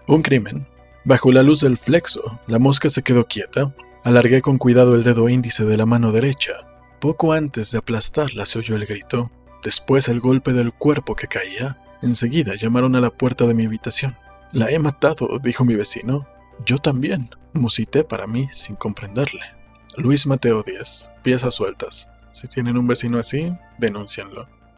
Un crimen. Bajo la luz del flexo, la mosca se quedó quieta. Alargué con cuidado el dedo índice de la mano derecha. Poco antes de aplastarla se oyó el grito. Después el golpe del cuerpo que caía. Enseguida llamaron a la puerta de mi habitación. «La he matado», dijo mi vecino. «Yo también», musité para mí sin comprenderle. Luis Mateo Díaz, piezas sueltas. Si tienen un vecino así, denúncienlo.